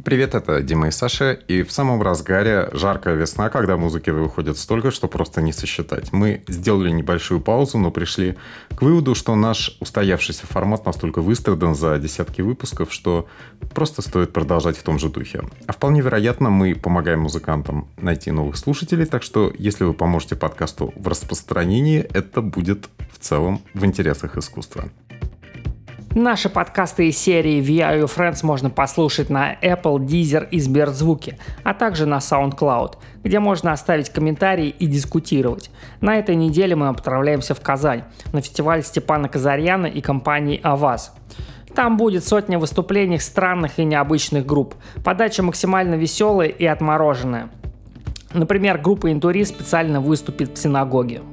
Привет, это Дима и Саша. И в самом разгаре жаркая весна, когда музыки выходит столько, что просто не сосчитать. Мы сделали небольшую паузу, но пришли к выводу, что наш устоявшийся формат настолько выстрадан за десятки выпусков, что просто стоит продолжать в том же духе. А вполне вероятно, мы помогаем музыкантам найти новых слушателей, так что если вы поможете подкасту в распространении, это будет в целом в интересах искусства. Наши подкасты из серии VIO Friends можно послушать на Apple, Deezer и Сберзвуке, а также на SoundCloud, где можно оставить комментарии и дискутировать. На этой неделе мы отправляемся в Казань, на фестиваль Степана Казарьяна и компании «Аваз». Там будет сотня выступлений странных и необычных групп. Подача максимально веселая и отмороженная. Например, группа «Интурист» специально выступит в синагоге.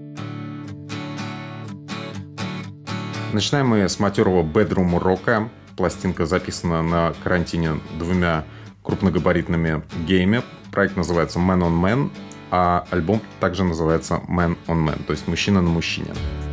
Начинаем мы с матерого бедрум-рока. Пластинка записана на карантине двумя крупногабаритными геями. Проект называется Man on Man, а альбом также называется Man on Man, то есть мужчина на мужчине.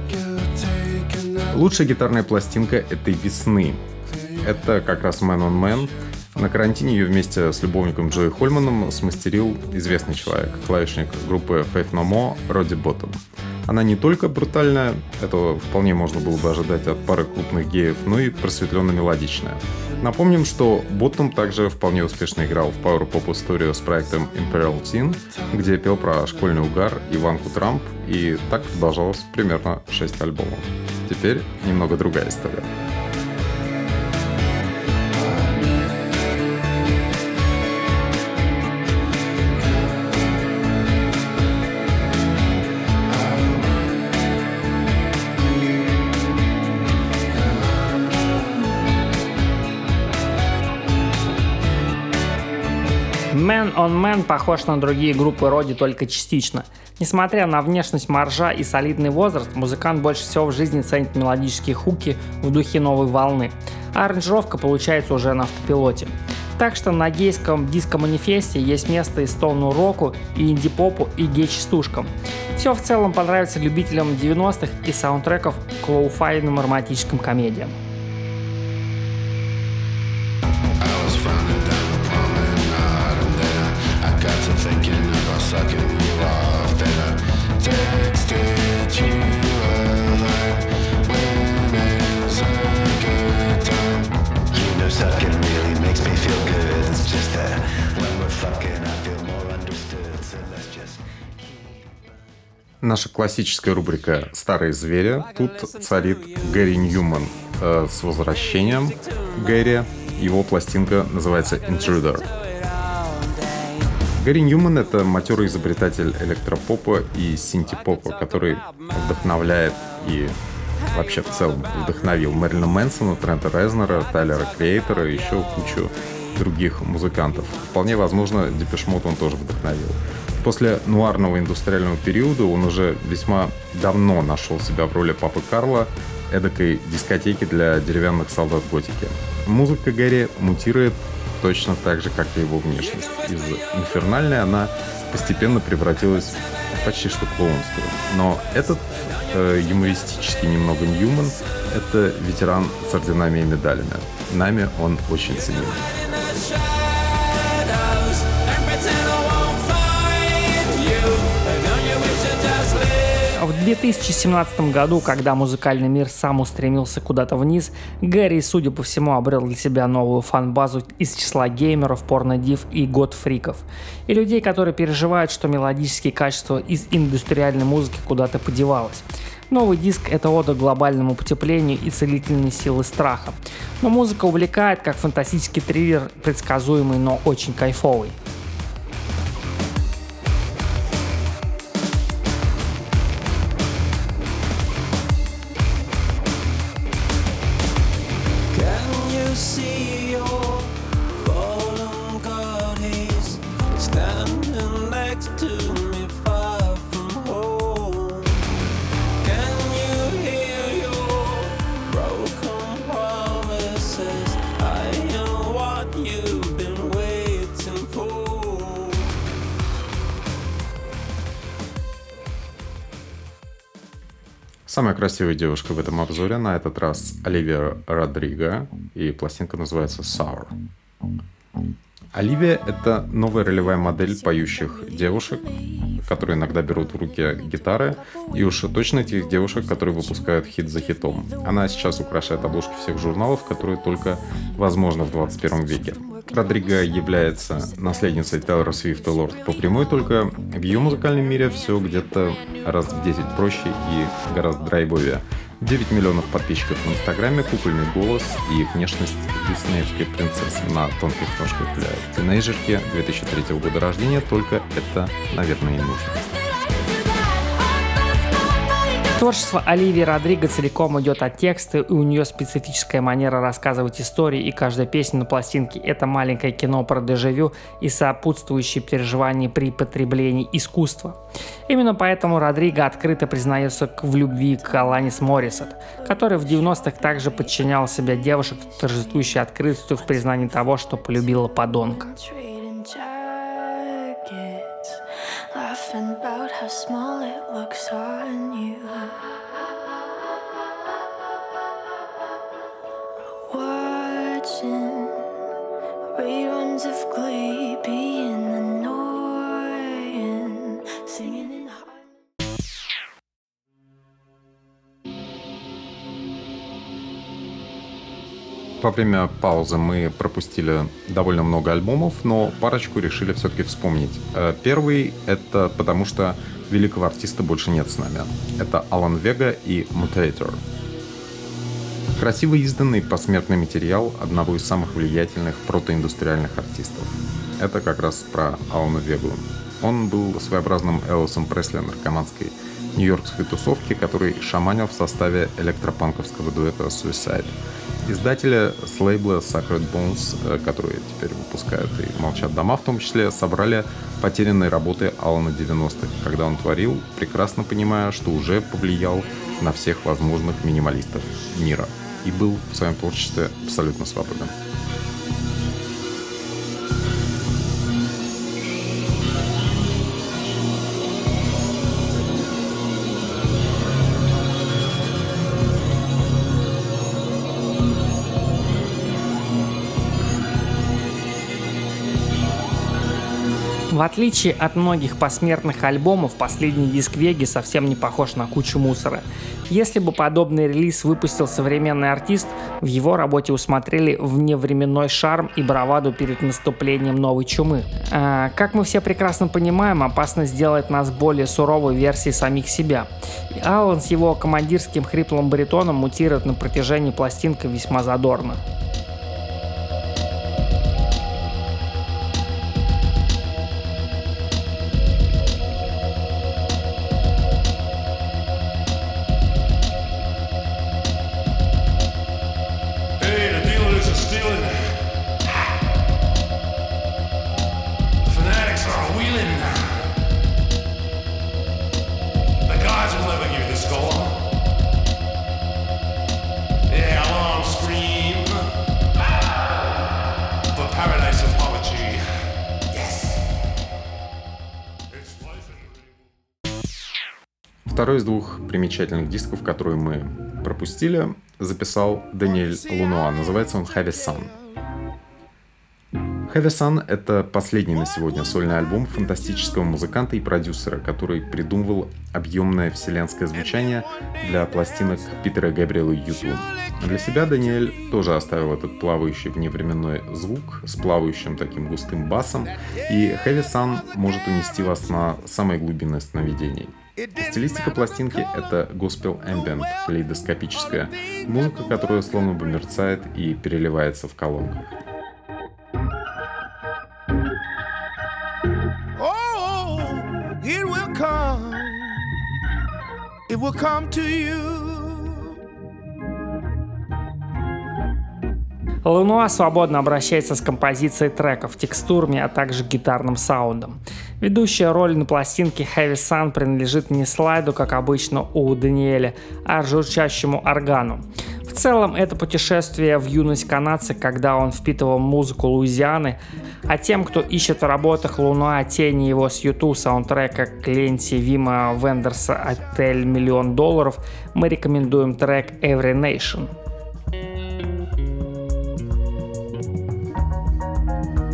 Лучшая гитарная пластинка этой весны — это как раз Man on Man. На карантине ее вместе с любовником Джои Хольманом смастерил известный человек, клавишник группы Faith No More Родди Боттом. Она не только брутальная, этого вполне можно было бы ожидать от пары крупных геев, но и просветленно-мелодичная. Напомним, что Боттом также вполне успешно играл в пауэр-поп-историю с проектом Imperial Teen, где пел про школьный угар и Иванку Трамп, и так продолжалось примерно 6 альбомов. Теперь немного другая история. Man on Man похож на другие группы Родди только частично. Несмотря на внешность моржа и солидный возраст, музыкант больше всего в жизни ценит мелодические хуки в духе новой волны, а аранжировка получается уже на автопилоте. Так что на гейском диско-манифесте есть место и стоуну-року, и инди-попу, и гей-частушкам. Все в целом понравится любителям 90-х и саундтреков к лоу-файным романтическим комедиям. Наша классическая рубрика «Старые звери». Тут царит Гэри Ньюман с возвращением Гэри. Его пластинка называется «Intruder». Гэри Ньюман — это матерый изобретатель электропопа и синти-попа, который вдохновляет и вообще в целом вдохновил Мэрилина Мэнсона, Трента Резнора, Тайлера Креатора и еще кучу других музыкантов. Вполне возможно, Депеш Мод он тоже вдохновил. После нуарного индустриального периода он уже весьма давно нашел себя в роли Папы Карла, эдакой дискотеки для деревянных солдат готики. Музыка Гэри мутирует точно так же, как и его внешность. Из инфернальной она постепенно превратилась в почти что клоунскую. Но этот юмористический немного Ньюман — это ветеран с орденами и медалями. Нами он очень ценим. В 2017 году, когда музыкальный мир сам устремился куда-то вниз, Гэри, судя по всему, обрел для себя новую фан-базу из числа геймеров, порнодив и гот-фриков. И людей, которые переживают, что мелодические качества из индустриальной музыки куда-то подевалось. Новый диск — это ода глобальному потеплению и целительной силы страха. Но музыка увлекает, как фантастический триллер, предсказуемый, но очень кайфовый. Самая красивая девушка в этом обзоре на этот раз Оливия Родриго, и пластинка называется Sour. Оливия — это новая ролевая модель поющих девушек, которые иногда берут в руки гитары, и уж точно тех девушек, которые выпускают хит за хитом. Она сейчас украшает обложки всех журналов, которые только возможно в 21 веке. Родриго является наследницей Тейлор Свифт и Лорд по прямой, только в ее музыкальном мире все где-то раз в 10 проще и гораздо драйвовее. 9 миллионов подписчиков в Инстаграме, кукольный голос и внешность диснеевской принцессы на тонких ножках для тинейджерки 2003 года рождения, только это, наверное, и нужно. Творчество Оливии Родриго целиком идет от текста, и у нее специфическая манера рассказывать истории, и каждая песня на пластинке – это маленькое кино про дежавю и сопутствующие переживания при потреблении искусства. Именно поэтому Родриго открыто признается в любви к Аланис Морисет, который в 90-х также подчинял себя девушек, торжествующей открытостью в признании того, что полюбила подонка. Laughing about how small it looks on you. Watching reruns of Glee, being annoying, singing in Во время паузы мы пропустили довольно много альбомов, но парочку решили все-таки вспомнить. Первый — это потому, что великого артиста больше нет с нами. Это Алан Вега и Mutator. Красиво изданный посмертный материал одного из самых влиятельных протоиндустриальных артистов. Это как раз про Алана Вегу. Он был своеобразным Элвисом Пресли наркоманской нью-йоркской тусовки, который шаманил в составе электропанковского дуэта Suicide. Издатели с лейбла Sacred Bones, которые теперь выпускают и «Молчат дома» в том числе, собрали потерянные работы Алана 90-х, когда он творил, прекрасно понимая, что уже повлиял на всех возможных минималистов мира и был в своем творчестве абсолютно свободен. В отличие от многих посмертных альбомов, последний диск Веги совсем не похож на кучу мусора. Если бы подобный релиз выпустил современный артист, в его работе усмотрели вневременной шарм и браваду перед наступлением новой чумы. Как мы все прекрасно понимаем, опасно сделать нас более суровой версией самих себя. И Алан с его командирским хриплым баритоном мутирует на протяжении пластинки весьма задорно. Второй из двух примечательных дисков, которые мы пропустили, записал Даниэль Лунуа. Называется он Heavy Sun. Heavy Sun — это последний на сегодня сольный альбом фантастического музыканта и продюсера, который придумывал объемное вселенское звучание для пластинок Питера Габриэла и U2. Для себя Даниэль тоже оставил этот плавающий вневременной звук с плавающим таким густым басом, и Heavy Sun может унести вас на самые глубины сновидений. Стилистика пластинки — это госпел ambient, калейдоскопическая музыка, которая словно бы мерцает и переливается в колонках. It will come to you. Лунуа свободно обращается с композицией треков, текстурами, а также гитарным саундом. Ведущая роль на пластинке Heavy Sun принадлежит не слайду, как обычно у Даниэля, а журчащему органу. В целом, это путешествие в юность канадца, когда он впитывал музыку Луизианы, а тем, кто ищет в работах Лунуа тени его с U2 саундтрека к ленте Вима Вендерса «Отель $1 000 000», мы рекомендуем трек Every Nation.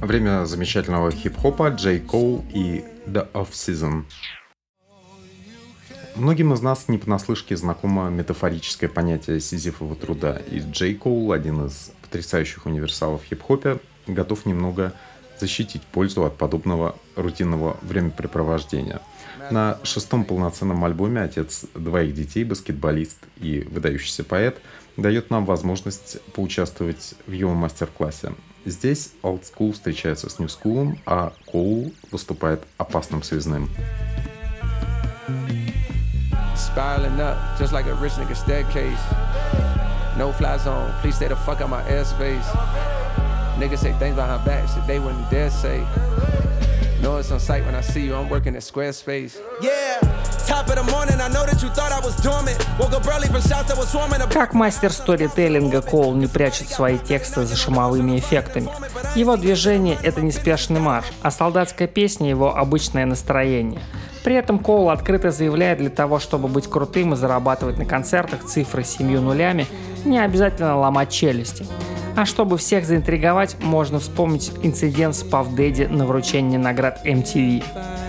Время замечательного хип-хопа, Джей Коул и The Off-Season. Многим из нас не понаслышке знакомо метафорическое понятие сизифового труда, и Джей Коул, один из потрясающих универсалов в хип-хопе, готов немного защитить пользу от подобного рутинного времяпрепровождения. На 6-м полноценном альбоме отец 2 детей, баскетболист и выдающийся поэт, дает нам возможность поучаствовать в его мастер-классе. Здесь Old School встречается с New School, а Коул выступает опасным связным. Spiraling up, just like a rich nigga staircase. No fly zone, please stay the fuck out my airspace. Niggas say things behind back, shit they wouldn't dare say. Know it's on sight when I see you, I'm working at Squarespace. Yeah, top of the morning, I know that you thought I was dormant. Woke up early from shots that was swarming. Как мастер сторителлинга, Коул не прячет свои тексты за шумовыми эффектами. Его движение — это неспешный марш, а солдатская песня — его обычное настроение. При этом Коул открыто заявляет, для того, чтобы быть крутым и зарабатывать на концертах цифры с 7 нулями, не обязательно ломать челюсти. А чтобы всех заинтриговать, можно вспомнить инцидент с Puff Daddy на вручении наград MTV.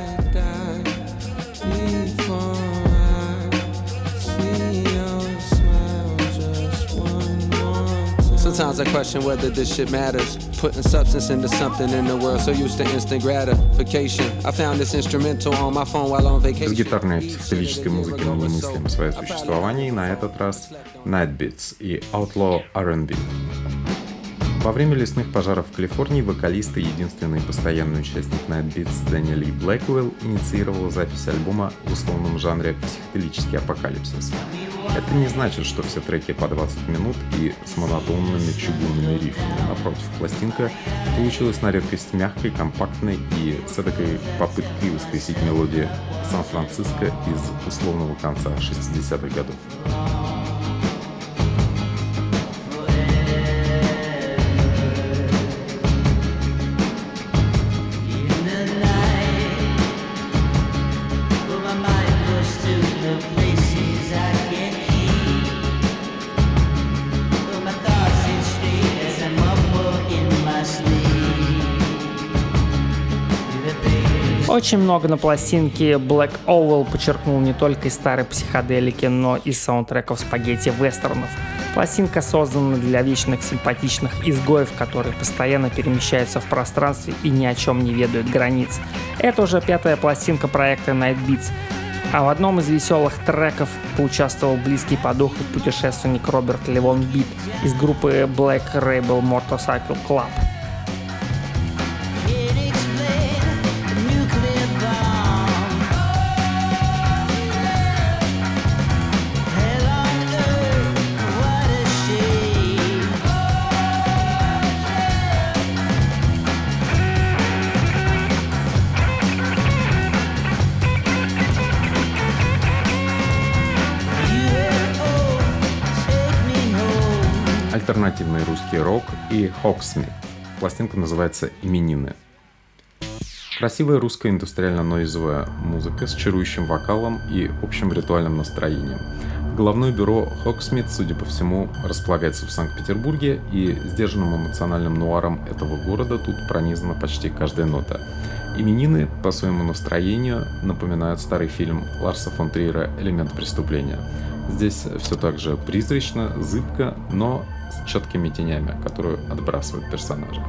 Sometimes I question whether this shit matters. Putting substance into something in the world so used to instant gratification. I found this instrumental on my phone while on vacation. С гитарной психоделической музыкой мы не мыслим свое существование, и на этот раз Night Beats и Outlaw R&B. Во время лесных пожаров в Калифорнии вокалист и единственный постоянный участник Night Beats Дэниэл Ли Блэквелл инициировал запись альбома в условном жанре психоделический апокалипсис. Это не значит, что все треки по 20 минут и с монотонными чугунными рифами. Напротив, пластинка получилась на редкость мягкой, компактной и с эдакой попыткой воскресить мелодии Сан-Франциско из условного конца 60-х годов. Очень много на пластинке Black Owl подчеркнул не только из старой психоделики, но и саундтреков спагетти-вестернов. Пластинка создана для вечных симпатичных изгоев, которые постоянно перемещаются в пространстве и ни о чем не ведают границ. Это уже 5-я пластинка проекта Night Beats, а в одном из веселых треков поучаствовал близкий по духу путешественник Роберт Левон Бит из группы Black Rebel Motorcycle Club. Альтернативный русский рок и Hawksmith. Пластинка называется «Именины». Красивая русская индустриально-нойзовая музыка с чарующим вокалом и общим ритуальным настроением. Головное бюро Hawksmith, судя по всему, располагается в Санкт-Петербурге, и сдержанным эмоциональным нуаром этого города тут пронизана почти каждая нота. «Именины» по своему настроению напоминают старый фильм Ларса фон Триера «Элемент преступления». Здесь все так же призрачно, зыбко, но с четкими тенями, которые отбрасывают персонажа.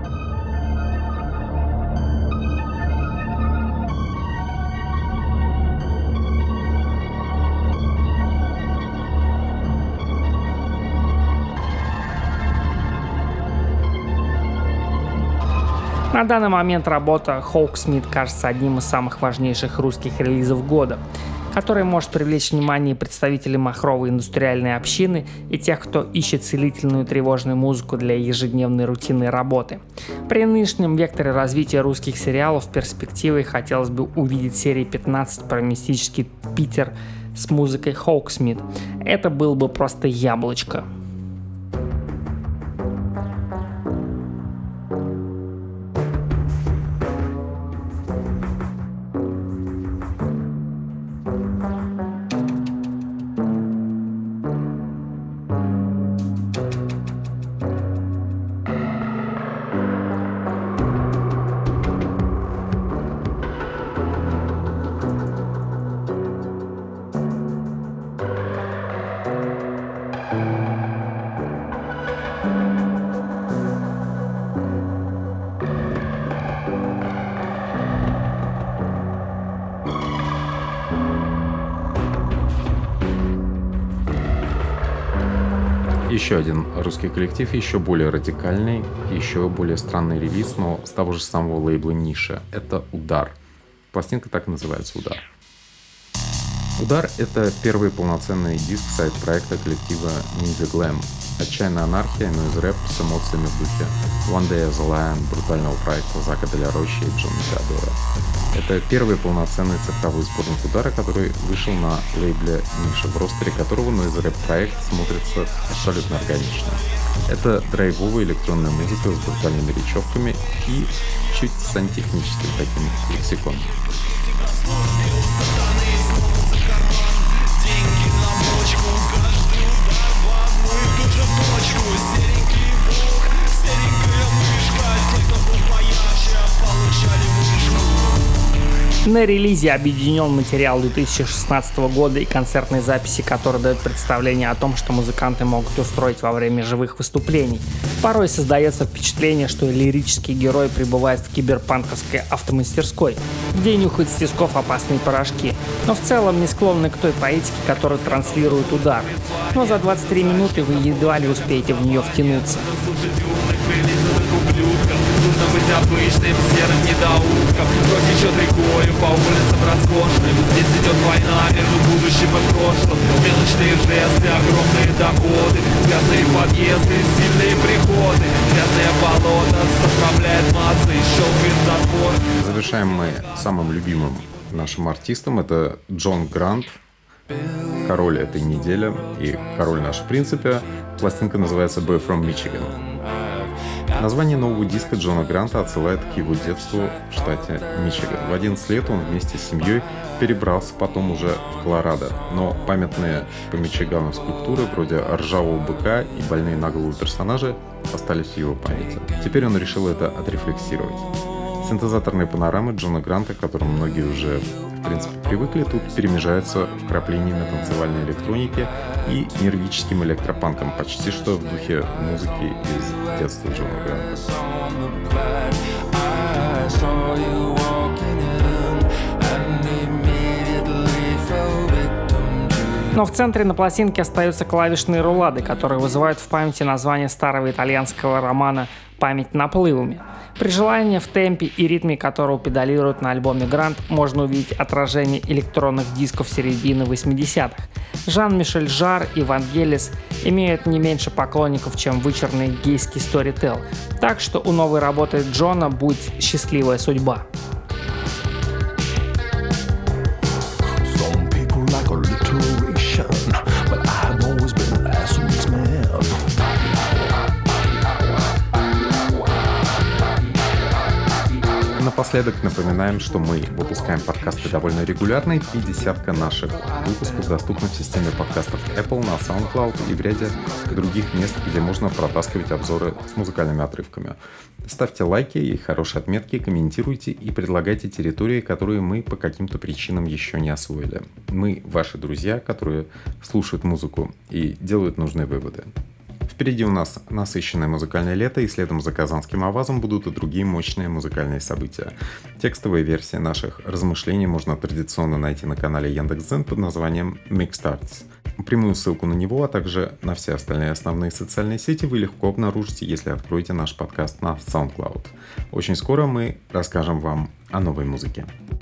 На данный момент работа Hawksmith кажется одним из самых важнейших русских релизов года, который может привлечь внимание представителей махровой индустриальной общины и тех, кто ищет целительную тревожную музыку для ежедневной рутинной работы. При нынешнем векторе развития русских сериалов перспективой хотелось бы увидеть серии 15 про мистический Питер с музыкой Hawksmith. Это было бы просто яблочко. Еще один русский коллектив, еще более радикальный, еще более странный релиз, но с того же самого лейбла «Ниша». Это «Удар». Пластинка так и называется «Удар». «Удар» — это первый полноценный диск сайд-проекта коллектива Ninja Glam. Отчаянная анархия, нойз-рэп с эмоциями в духе One Day as a Lion, брутального проекта Зака де ла Рочи и Джона Теодора. Это первый полноценный цифровой сборник «Удара», который вышел на лейбле «Ниша», в ростере которого нойз-рэп проект смотрится абсолютно органично. Это драйвовая электронная музыка с брутальными речевками и чуть сантехническим таким лексиконом. На релизе объединен материал 2016 года и концертные записи, которые дают представление о том, что музыканты могут устроить во время живых выступлений. Порой создается впечатление, что лирический герой пребывает в киберпанковской автомастерской, где нюхает с тисков опасные порошки, но в целом не склонны к той поэтике, которую транслирует «Удар». Но за 23 минуты вы едва ли успеете в нее втянуться. Нужно быть обычным серым недоумком. Кровь течет рекою по улицам роскошным. Здесь идет война между будущим и прошлым. Мелочные жесты, огромные доходы, грязные подъезды, сильные приходы. Грязное болото заправляет массы, щелкает затвор. Завершаем мы самым любимым нашим артистом. Это Джон Грант, король этой недели и король наш в принципе. Пластинка называется «Boy from Michigan». Название нового диска Джона Гранта отсылает к его детству в штате Мичиган. В 11 лет он вместе с семьей перебрался потом уже в Колорадо, но памятные по Мичигану скульптуры вроде ржавого быка и больные на голову персонажи остались в его памяти. Теперь он решил это отрефлексировать. Синтезаторные панорамы Джона Гранта, к которым многие уже в принципе привыкли, тут перемежаются вкраплениями танцевальной электроники и нервическим электропанком, почти что в духе музыки из детства Джона Гранта. Но в центре на пластинке остаются клавишные рулады, которые вызывают в памяти название старого итальянского романа «Память наплывами». При желании в темпе и ритме, которого педалируют на альбоме Грант, можно увидеть отражение электронных дисков середины 80-х. Жан-Мишель Жарр и Вангелис имеют не меньше поклонников, чем вычурный гейский сторител. Так что у новой работы Джона будет счастливая судьба. Напоследок напоминаем, что мы выпускаем подкасты довольно регулярно, и 50 наших выпусков доступны в системе подкастов Apple, на SoundCloud и в ряде других мест, где можно протаскивать обзоры с музыкальными отрывками. Ставьте лайки и хорошие отметки, комментируйте и предлагайте территории, которые мы по каким-то причинам еще не освоили. Мы ваши друзья, которые слушают музыку и делают нужные выводы. Впереди у нас насыщенное музыкальное лето, и следом за казанским авазом будут и другие мощные музыкальные события. Текстовые версии наших размышлений можно традиционно найти на канале Яндекс.Дзен под названием Mixed.Arts. Прямую ссылку на него, а также на все остальные основные социальные сети вы легко обнаружите, если откроете наш подкаст на SoundCloud. Очень скоро мы расскажем вам о новой музыке.